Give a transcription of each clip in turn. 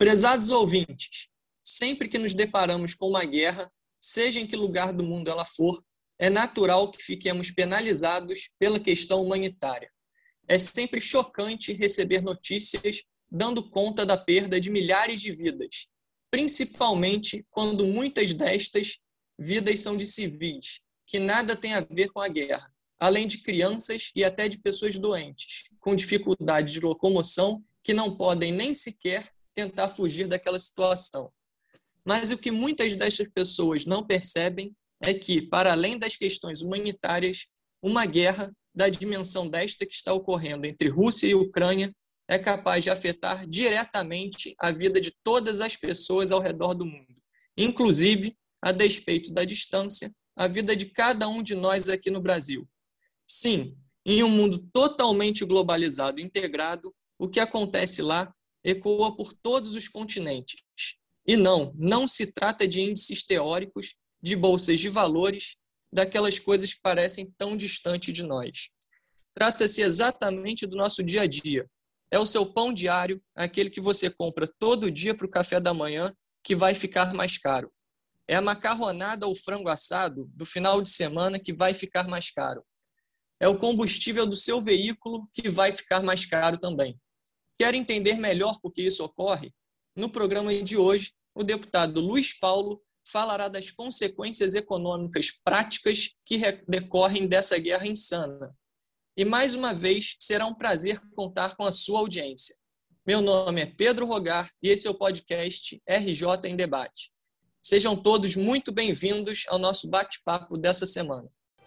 Prezados ouvintes, sempre que nos deparamos com uma guerra, seja em que lugar do mundo ela for, é natural que fiquemos penalizados pela questão humanitária. É sempre chocante receber notícias dando conta da perda de milhares de vidas, principalmente quando muitas destas vidas são de civis, que nada tem a ver com a guerra, além de crianças e até de pessoas doentes, com dificuldade de locomoção, que não podem nem sequer tentar fugir daquela situação. Mas o que muitas destas pessoas não percebem é que, para além das questões humanitárias, uma guerra da dimensão desta que está ocorrendo entre Rússia e Ucrânia é capaz de afetar diretamente a vida de todas as pessoas ao redor do mundo, inclusive, a despeito da distância, a vida de cada um de nós aqui no Brasil. Sim, em um mundo totalmente globalizado e integrado, o que acontece lá ecoa por todos os continentes. E não se trata de índices teóricos, de bolsas de valores, daquelas coisas que parecem tão distantes de nós. Trata-se exatamente do nosso dia a dia. É o seu pão diário, aquele que você compra todo dia para o café da manhã, que vai ficar mais caro. É a macarronada ou frango assado do final de semana que vai ficar mais caro. É o combustível do seu veículo que vai ficar mais caro também. Quer entender melhor por que isso ocorre? No programa de hoje, o deputado Luiz Paulo falará das consequências econômicas práticas que decorrem dessa guerra insana. E, mais uma vez, será um prazer contar com a sua audiência. Meu nome é Pedro Rogar e esse é o podcast RJ em Debate. Sejam todos muito bem-vindos ao nosso bate-papo dessa semana.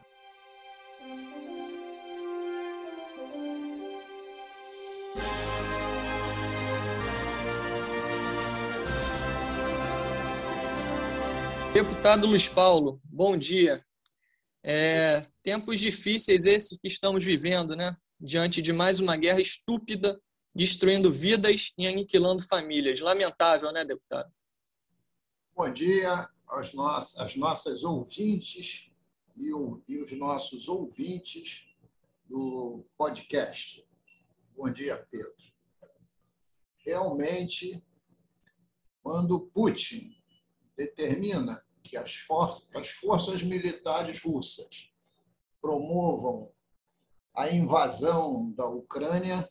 Deputado Luiz Paulo, bom dia. Tempos difíceis esses que estamos vivendo, né? Diante de mais uma guerra estúpida, destruindo vidas e aniquilando famílias. Lamentável, né, deputado? Bom dia às nossas ouvintes e os nossos ouvintes do podcast. Bom dia, Pedro. Realmente, quando Putin determina que as forças militares russas promovam a invasão da Ucrânia,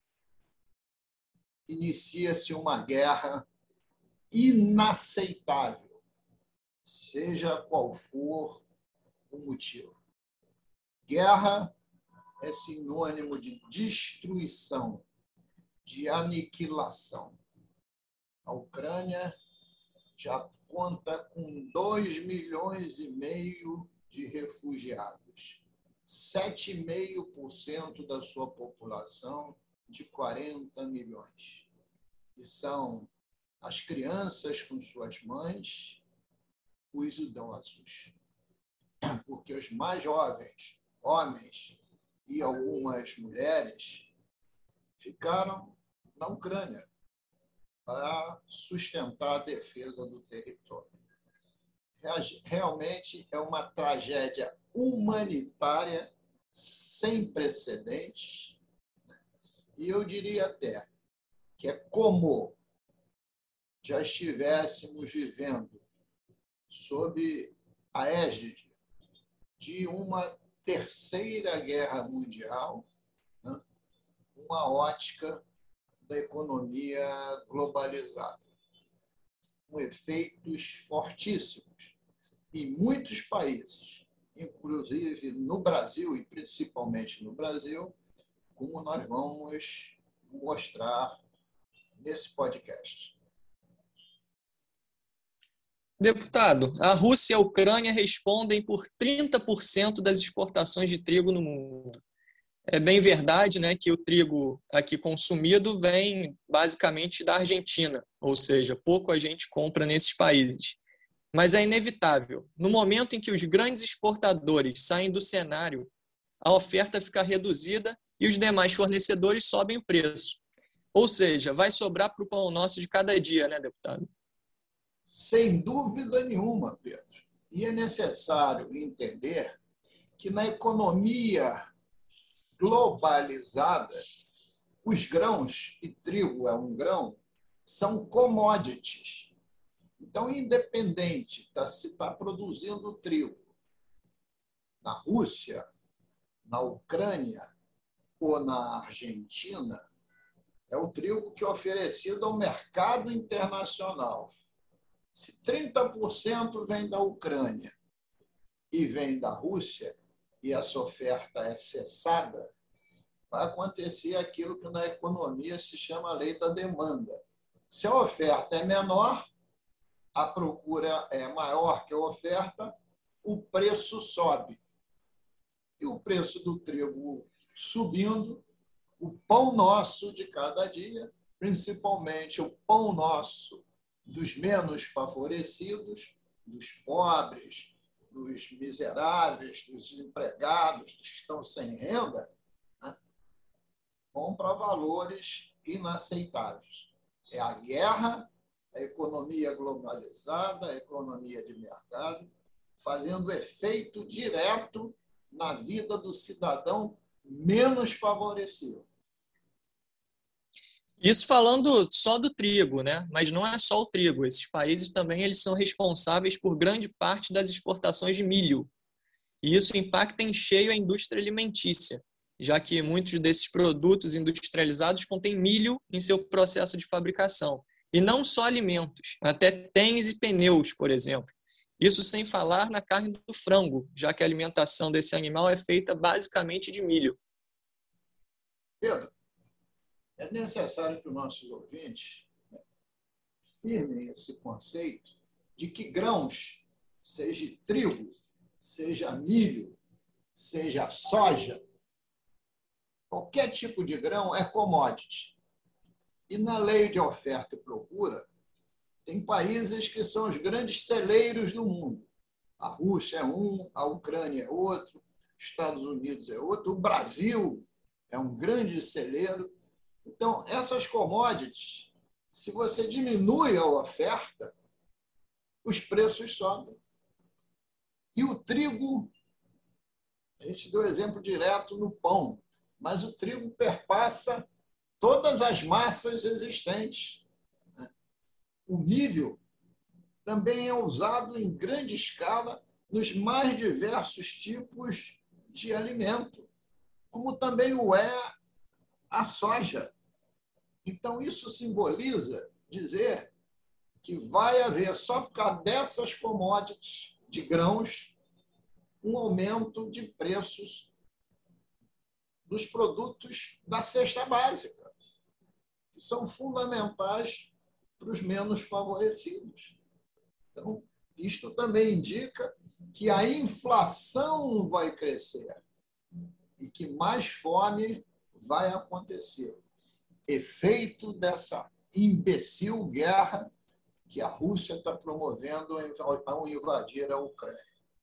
inicia-se uma guerra inaceitável, seja qual for o motivo. Guerra é sinônimo de destruição, de aniquilação. A Ucrânia já conta com 2,5 milhões de refugiados, 7,5% da sua população de 40 milhões. E são as crianças com suas mães, os idosos. Porque os mais jovens, homens e algumas mulheres, ficaram na Ucrânia para sustentar a defesa do território. Realmente é uma tragédia humanitária sem precedentes, e eu diria até que é como já estivéssemos vivendo sob a égide de uma terceira guerra mundial, né? Uma ótica da economia globalizada, com efeitos fortíssimos em muitos países, inclusive no Brasil, e principalmente no Brasil, como nós vamos mostrar nesse podcast. Deputado, a Rússia e a Ucrânia respondem por 30% das exportações de trigo no mundo. É bem verdade, né, que o trigo aqui consumido vem basicamente da Argentina, ou seja, pouco a gente compra nesses países. Mas é inevitável. No momento em que os grandes exportadores saem do cenário, a oferta fica reduzida e os demais fornecedores sobem o preço. Ou seja, vai sobrar para o pão nosso de cada dia, né, deputado? Sem dúvida nenhuma, Pedro. E é necessário entender que na economia globalizada, os grãos, e trigo é um grão, são commodities. Então, independente se está produzindo trigo na Rússia, na Ucrânia ou na Argentina, é o trigo que é oferecido ao mercado internacional. Se 30% vem da Ucrânia e vem da Rússia, e essa oferta é cessada, vai acontecer aquilo que na economia se chama lei da demanda. Se a oferta é menor, a procura é maior que a oferta, o preço sobe. E o preço do trigo subindo, o pão nosso de cada dia, principalmente o pão nosso dos menos favorecidos, dos pobres, dos miseráveis, dos desempregados, dos que estão sem renda, né, vão para valores inaceitáveis. É a guerra, a economia globalizada, a economia de mercado, fazendo efeito direto na vida do cidadão menos favorecido. Isso falando só do trigo, né? Mas não é só o trigo. Esses países também eles são responsáveis por grande parte das exportações de milho. E isso impacta em cheio a indústria alimentícia, já que muitos desses produtos industrializados contêm milho em seu processo de fabricação. E não só alimentos, até tênis e pneus, por exemplo. Isso sem falar na carne do frango, já que a alimentação desse animal é feita basicamente de milho. Pedro, é necessário que os nossos ouvintes firmem esse conceito de que grãos, seja trigo, seja milho, seja soja, qualquer tipo de grão é commodity. E na lei de oferta e procura, tem países que são os grandes celeiros do mundo. A Rússia é um, a Ucrânia é outro, Estados Unidos é outro, o Brasil é um grande celeiro. Então, essas commodities, se você diminui a oferta, os preços sobem. E o trigo, a gente deu exemplo direto no pão, mas o trigo perpassa todas as massas existentes. O milho também é usado em grande escala nos mais diversos tipos de alimento, como também o é a soja. Então, isso simboliza dizer que vai haver, só por causa dessas commodities de grãos, um aumento de preços dos produtos da cesta básica, que são fundamentais para os menos favorecidos. Então, isto também indica que a inflação vai crescer e que mais fome vai acontecer. Efeito dessa imbecil guerra que a Rússia está promovendo ao invadir a Ucrânia.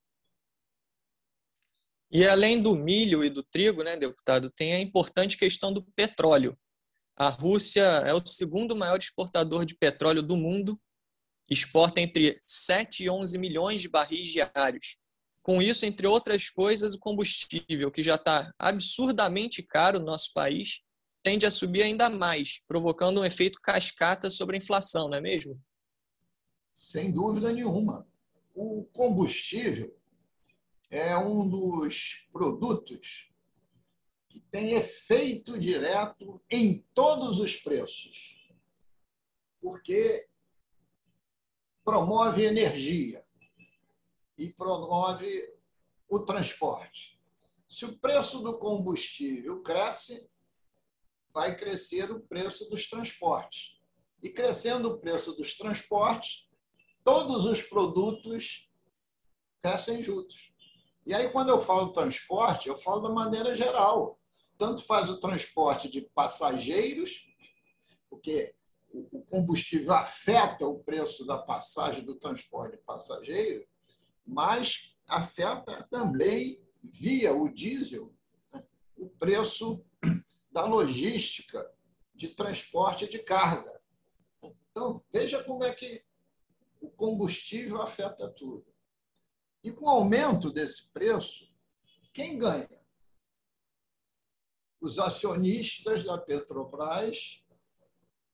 E além do milho e do trigo, né, deputado, tem a importante questão do petróleo. A Rússia é o segundo maior exportador de petróleo do mundo, exporta entre 7 e 11 milhões de barris diários. Com isso, entre outras coisas, o combustível, que já está absurdamente caro no nosso país, tende a subir ainda mais, provocando um efeito cascata sobre a inflação, não é mesmo? Sem dúvida nenhuma. O combustível é um dos produtos que tem efeito direto em todos os preços, porque promove energia e promove o transporte. Se o preço do combustível cresce, vai crescer o preço dos transportes. E crescendo o preço dos transportes, todos os produtos crescem juntos. E aí, quando eu falo transporte, eu falo da maneira geral. Tanto faz o transporte de passageiros, porque o combustível afeta o preço da passagem do transporte de passageiro, mas afeta também, via o diesel, o preço da logística de transporte de carga. Então, veja como é que o combustível afeta tudo. E com o aumento desse preço, quem ganha? Os acionistas da Petrobras,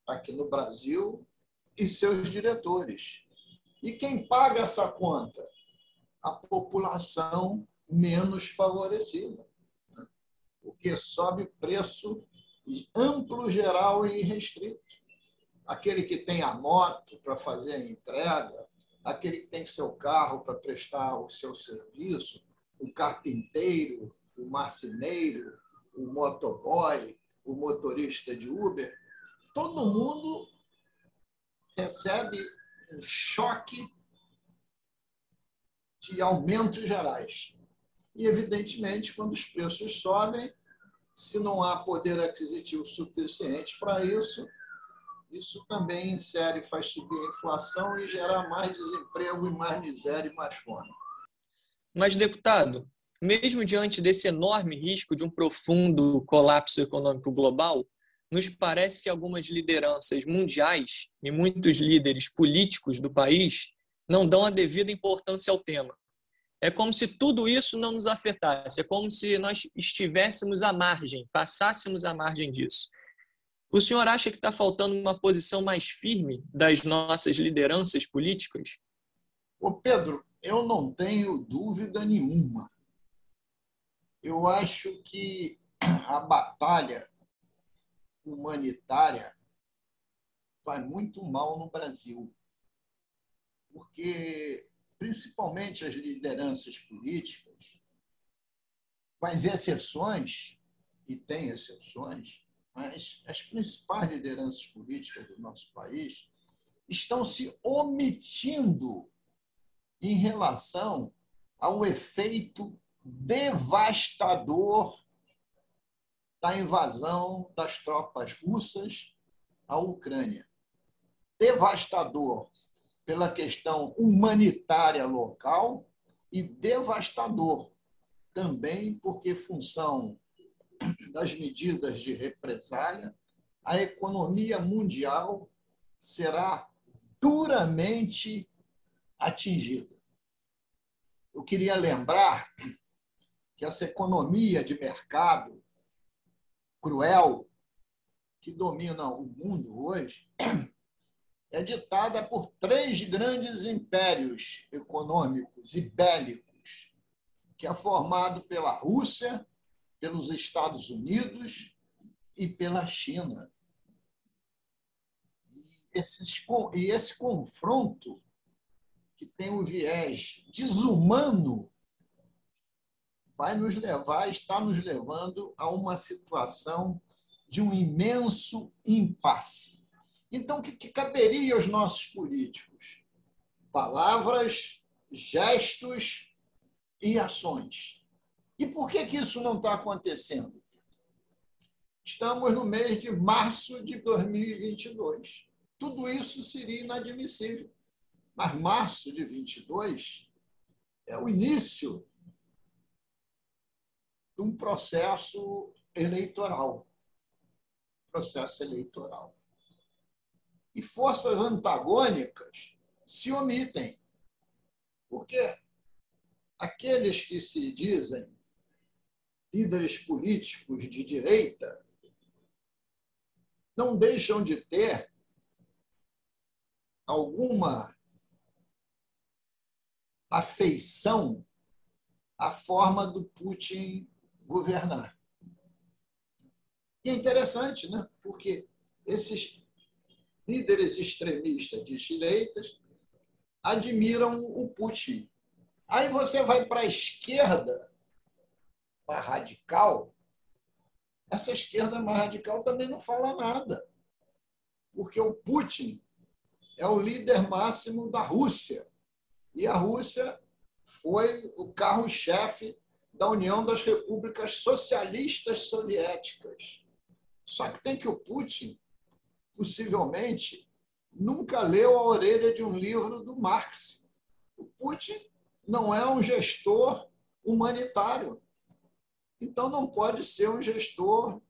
aqui no Brasil e seus diretores. E quem paga essa conta? A população menos favorecida, porque sobe preço amplo, geral e irrestrito. Aquele que tem a moto para fazer a entrega, aquele que tem seu carro para prestar o seu serviço, o carpinteiro, o marceneiro, o motoboy, o motorista de Uber, todo mundo recebe um choque de aumentos gerais. E, evidentemente, quando os preços sobem, se não há poder aquisitivo suficiente para isso, isso também insere, faz subir a inflação e gerar mais desemprego e mais miséria e mais fome. Mas, deputado, mesmo diante desse enorme risco de um profundo colapso econômico global, nos parece que algumas lideranças mundiais e muitos líderes políticos do país não dão a devida importância ao tema. É como se tudo isso não nos afetasse, é como se nós estivéssemos à margem, passássemos à margem disso. O senhor acha que está faltando uma posição mais firme das nossas lideranças políticas? Ô Pedro, eu não tenho dúvida nenhuma. Eu acho que a batalha humanitária vai muito mal no Brasil, porque, principalmente as lideranças políticas, com as exceções, e tem exceções, mas as principais lideranças políticas do nosso país estão se omitindo em relação ao efeito devastador da invasão das tropas russas à Ucrânia. Devastador pela questão humanitária local e devastador também porque, em função das medidas de represália, a economia mundial será duramente atingida. Eu queria lembrar que essa economia de mercado cruel que domina o mundo hoje é ditada por 3 grandes impérios econômicos e bélicos, que é formado pela Rússia, pelos Estados Unidos e pela China. E esse confronto, que tem o viés desumano, está nos levando a uma situação de um imenso impasse. Então, o que caberia aos nossos políticos? Palavras, gestos e ações. E por que isso não está acontecendo? Estamos no mês de março de 2022. Tudo isso seria inadmissível. Mas março de 2022 é o início de um processo eleitoral. E forças antagônicas se omitem, porque aqueles que se dizem líderes políticos de direita não deixam de ter alguma afeição à forma do Putin governar. E é interessante, né? Porque esses líderes extremistas de direitas admiram o Putin. Aí você vai para a esquerda, mais radical, essa esquerda mais radical também não fala nada, porque o Putin é o líder máximo da Rússia, e a Rússia foi o carro-chefe da União das Repúblicas Socialistas Soviéticas. Só que tem que o Putin, possivelmente, nunca leu a orelha de um livro do Marx. O Putin não é um gestor humanitário. Então, não pode ser um gestor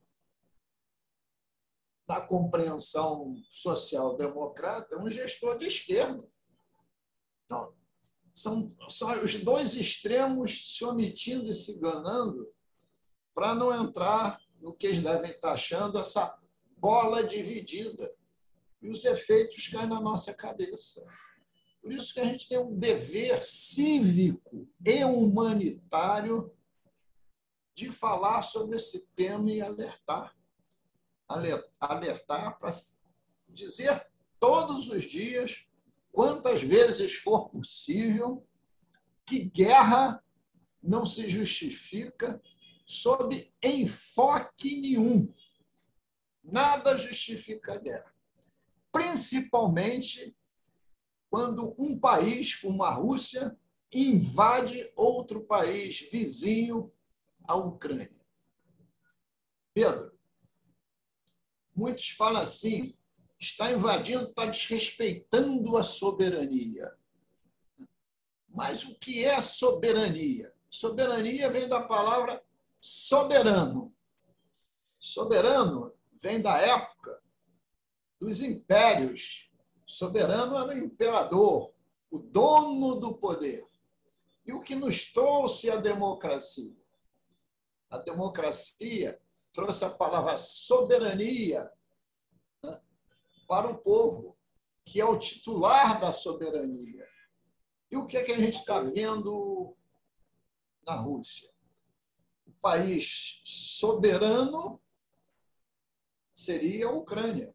da compreensão social-democrata, um gestor de esquerda. Então, são os dois extremos se omitindo e se enganando para não entrar no que eles devem estar achando essa bola dividida. e os efeitos caem na nossa cabeça. Por isso que a gente tem um dever cívico e humanitário de falar sobre esse tema e alertar. Alertar para dizer todos os dias, quantas vezes for possível, que guerra não se justifica sob enfoque nenhum. Nada justifica a guerra. Principalmente quando um país, como a Rússia, invade outro país vizinho à Ucrânia. Pedro, muitos falam assim, está invadindo, está desrespeitando a soberania. Mas o que é soberania? Soberania vem da palavra soberano. Soberano vem da época dos impérios. Soberano era o imperador, o dono do poder. E o que nos trouxe a democracia? A democracia trouxe a palavra soberania, né, para o povo, que é o titular da soberania. E o que é que a gente está vendo na Rússia? O país soberano seria a Ucrânia.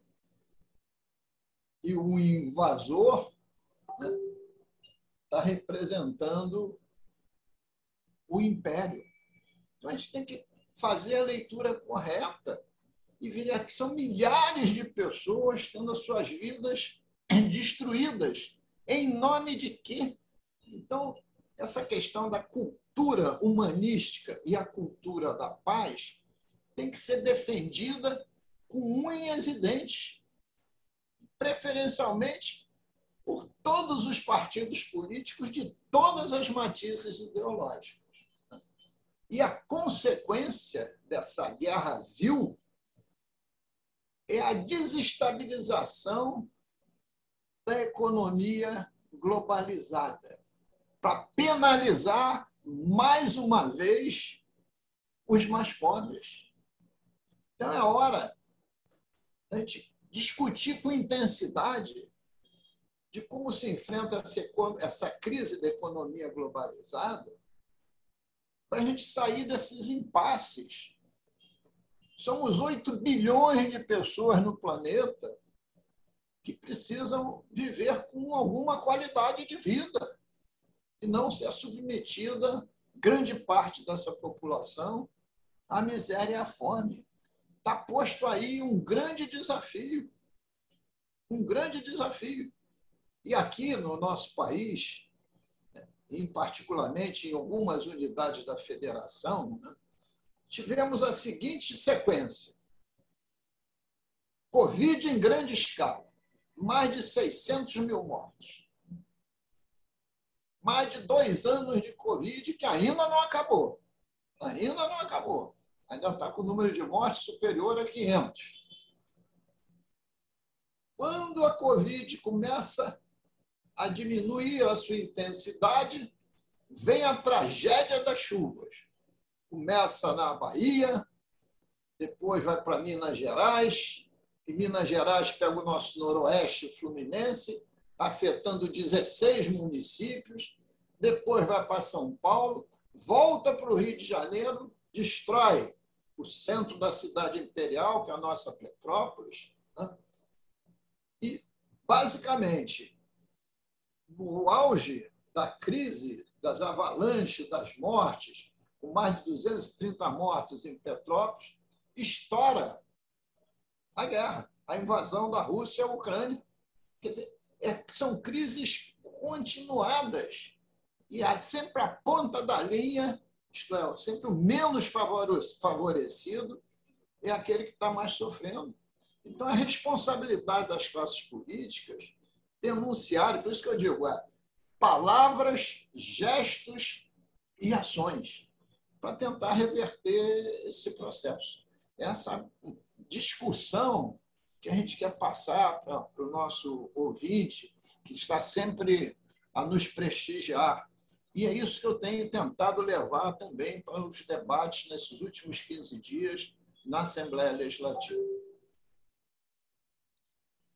E o invasor está representando o império. Então, a gente tem que fazer a leitura correta e ver que são milhares de pessoas tendo as suas vidas destruídas. Em nome de quê? Então, essa questão da cultura humanística e a cultura da paz tem que ser defendida com unhas e dentes, preferencialmente por todos os partidos políticos de todas as matizes ideológicas. E a consequência dessa guerra vil é a desestabilização da economia globalizada, para penalizar, mais uma vez, os mais pobres. Então, é hora da gente discutir com intensidade de como se enfrenta essa crise da economia globalizada para a gente sair desses impasses. Somos 8 bilhões de pessoas no planeta que precisam viver com alguma qualidade de vida e não ser submetida, grande parte dessa população, à miséria e à fome. Está posto aí um grande desafio. Um grande desafio. E aqui no nosso país, particularmente em algumas unidades da federação, tivemos a seguinte sequência. Covid em grande escala, mais de 600 mil mortes. Mais de 2 anos de Covid que ainda não acabou. Ainda não acabou. Ainda está com o número de mortes superior a 500. Quando a Covid começa a diminuir a sua intensidade, vem a tragédia das chuvas. Começa na Bahia, depois vai para Minas Gerais, e Minas Gerais pega o nosso noroeste fluminense, afetando 16 municípios, depois vai para São Paulo, volta para o Rio de Janeiro, destrói o centro da cidade imperial, que é a nossa Petrópolis, né? E, basicamente, no auge da crise, das avalanches, das mortes, com mais de 230 mortos em Petrópolis, estoura a guerra, a invasão da Rússia à Ucrânia. Quer dizer, são crises continuadas e há sempre a ponta da linha, isto é, sempre o menos favorecido é aquele que está mais sofrendo. Então, a responsabilidade das classes políticas denunciar, por isso que eu digo, palavras, gestos e ações, para tentar reverter esse processo. Essa discussão que a gente quer passar para o nosso ouvinte, que está sempre a nos prestigiar. E é isso que eu tenho tentado levar também para os debates nesses últimos 15 dias na Assembleia Legislativa.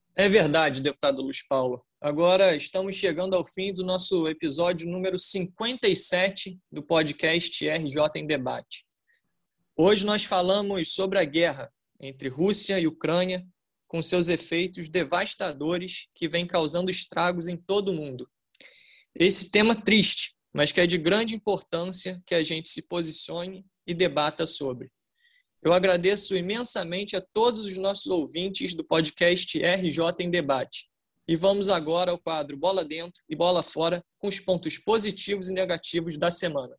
É verdade, deputado Luiz Paulo. Agora estamos chegando ao fim do nosso episódio número 57 do podcast RJ em Debate. Hoje nós falamos sobre a guerra entre Rússia e Ucrânia, com seus efeitos devastadores que vem causando estragos em todo o mundo. Esse tema triste, mas que é de grande importância que a gente se posicione e debata sobre. Eu agradeço imensamente a todos os nossos ouvintes do podcast RJ em Debate. E vamos agora ao quadro Bola Dentro e Bola Fora, com os pontos positivos e negativos da semana.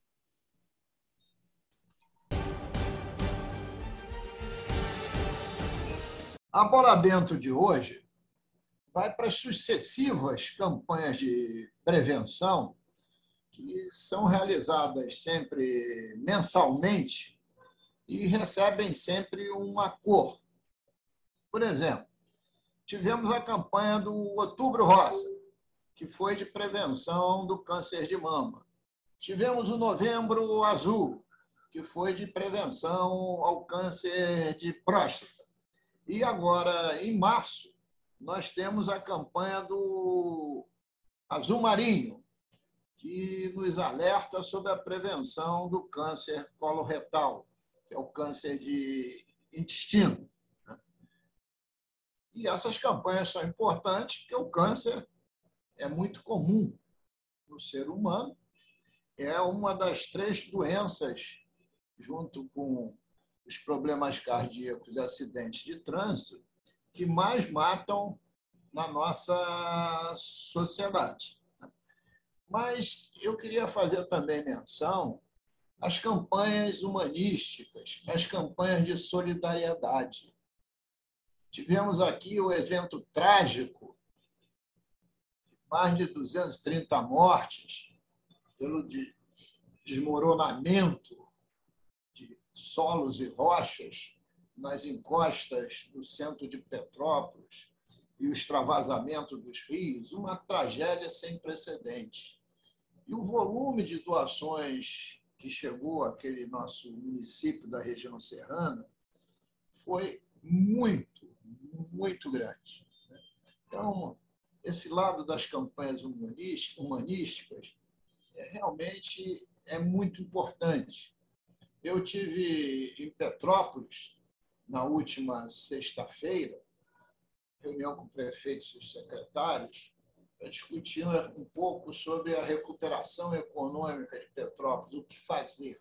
A Bola Dentro de hoje vai para as sucessivas campanhas de prevenção que são realizadas sempre mensalmente e recebem sempre uma cor. Por exemplo, tivemos a campanha do Outubro Rosa, que foi de prevenção do câncer de mama. Tivemos o Novembro Azul, que foi de prevenção ao câncer de próstata. E agora, em março, nós temos a campanha do Azul Marinho, que nos alerta sobre a prevenção do câncer coloretal, que é o câncer de intestino. E essas campanhas são importantes porque o câncer é muito comum no ser humano. É uma das 3 doenças, junto com os problemas cardíacos e acidentes de trânsito, que mais matam na nossa sociedade. Mas eu queria fazer também menção às campanhas humanísticas, às campanhas de solidariedade. Tivemos aqui o evento trágico, mais de 230 mortes, pelo desmoronamento de solos e rochas nas encostas do centro de Petrópolis e o extravasamento dos rios, uma tragédia sem precedentes. E o volume de doações que chegou àquele nosso município da região serrana foi muito, muito grande. Então, esse lado das campanhas humanísticas realmente é muito importante. Eu tive em Petrópolis, na última sexta-feira, reunião com prefeitos e secretários, para discutir um pouco sobre a recuperação econômica de Petrópolis, o que fazer.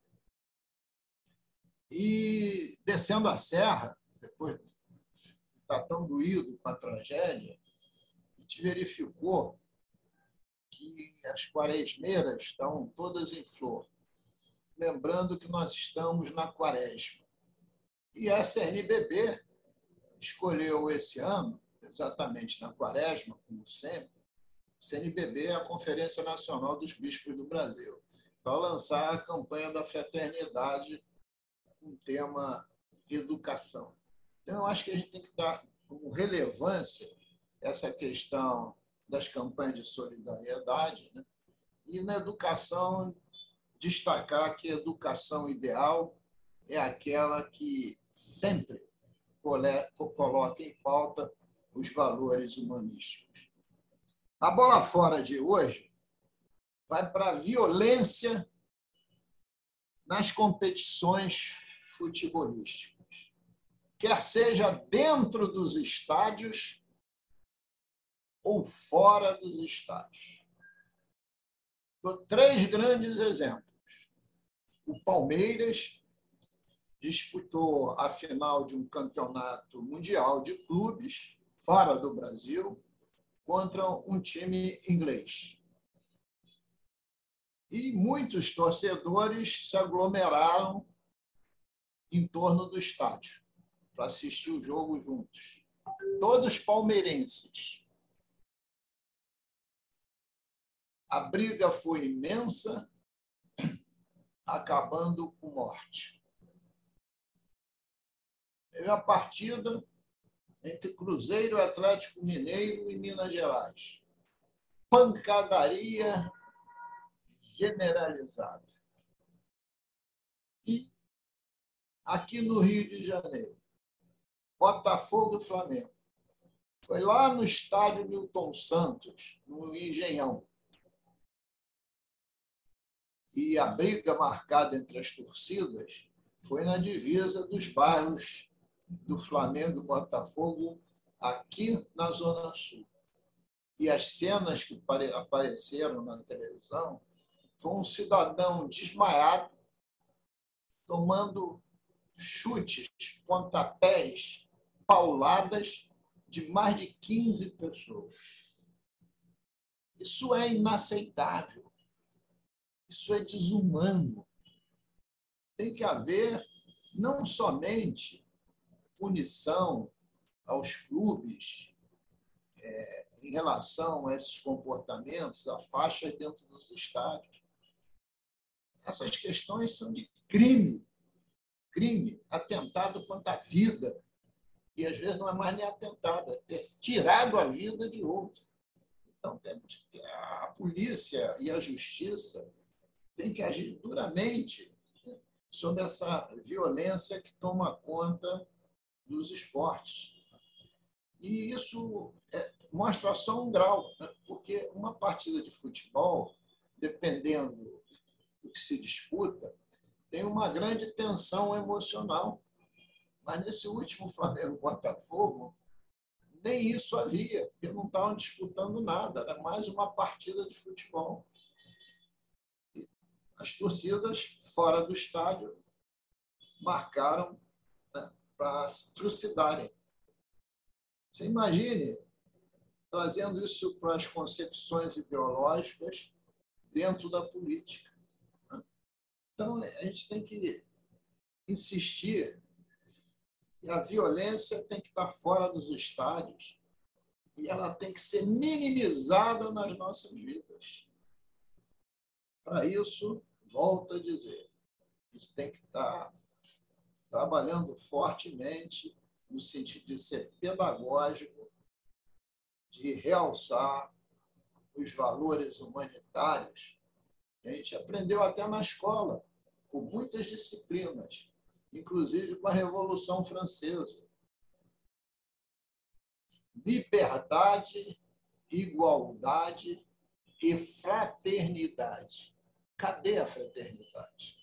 E, descendo a serra, depois de estar tão doído com a tragédia, a gente verificou que as quaresmeiras estão todas em flor. Lembrando que nós estamos na quaresma. E a CNBB escolheu esse ano, exatamente na quaresma, como sempre, CNBB é a Conferência Nacional dos Bispos do Brasil, para lançar a campanha da fraternidade com o tema educação. Então, eu acho que a gente tem que dar como relevância essa questão das campanhas de solidariedade, né? E na educação, destacar que a educação ideal é aquela que sempre coloca em pauta os valores humanísticos. A bola fora de hoje vai para a violência nas competições futebolísticas, quer seja dentro dos estádios ou fora dos estádios. Dou 3 grandes exemplos. O Palmeiras disputou a final de um campeonato mundial de clubes, fora do Brasil, contra um time inglês. E muitos torcedores se aglomeraram em torno do estádio para assistir o jogo juntos. Todos palmeirenses. A briga foi imensa, acabando com morte. Teve a partida entre Cruzeiro, Atlético Mineiro e Minas Gerais. Pancadaria generalizada. E aqui no Rio de Janeiro, Botafogo e Flamengo. Foi lá no estádio Newton Santos, no Engenhão. E a briga marcada entre as torcidas foi na divisa dos bairros do Flamengo e Botafogo, aqui na Zona Sul. E as cenas que apareceram na televisão foi um cidadão desmaiado, tomando chutes, pontapés, pauladas de mais de 15 pessoas. Isso é inaceitável. Isso é desumano. Tem que haver não somente punição aos clubes em relação a esses comportamentos, a faixas dentro dos estádios. Essas questões são de crime, atentado contra a vida. E, às vezes, não é mais nem atentado, é ter tirado a vida de outro. Então, a polícia e a justiça têm que agir duramente sobre essa violência que toma conta dos esportes. E isso mostra só um grau, né? Porque uma partida de futebol, dependendo do que se disputa, tem uma grande tensão emocional. Mas nesse último Flamengo-Botafogo, nem isso havia, porque não estavam disputando nada, era mais uma partida de futebol. E as torcidas fora do estádio marcaram, né, para se trucidarem. Você imagine trazendo isso para as concepções ideológicas dentro da política. Então, a gente tem que insistir que a violência tem que estar fora dos estádios e ela tem que ser minimizada nas nossas vidas. Para isso, volto a dizer, a gente tem que estar trabalhando fortemente no sentido de ser pedagógico, de realçar os valores humanitários. A gente aprendeu até na escola, com muitas disciplinas, inclusive com a Revolução Francesa. Liberdade, igualdade e fraternidade. Cadê a fraternidade?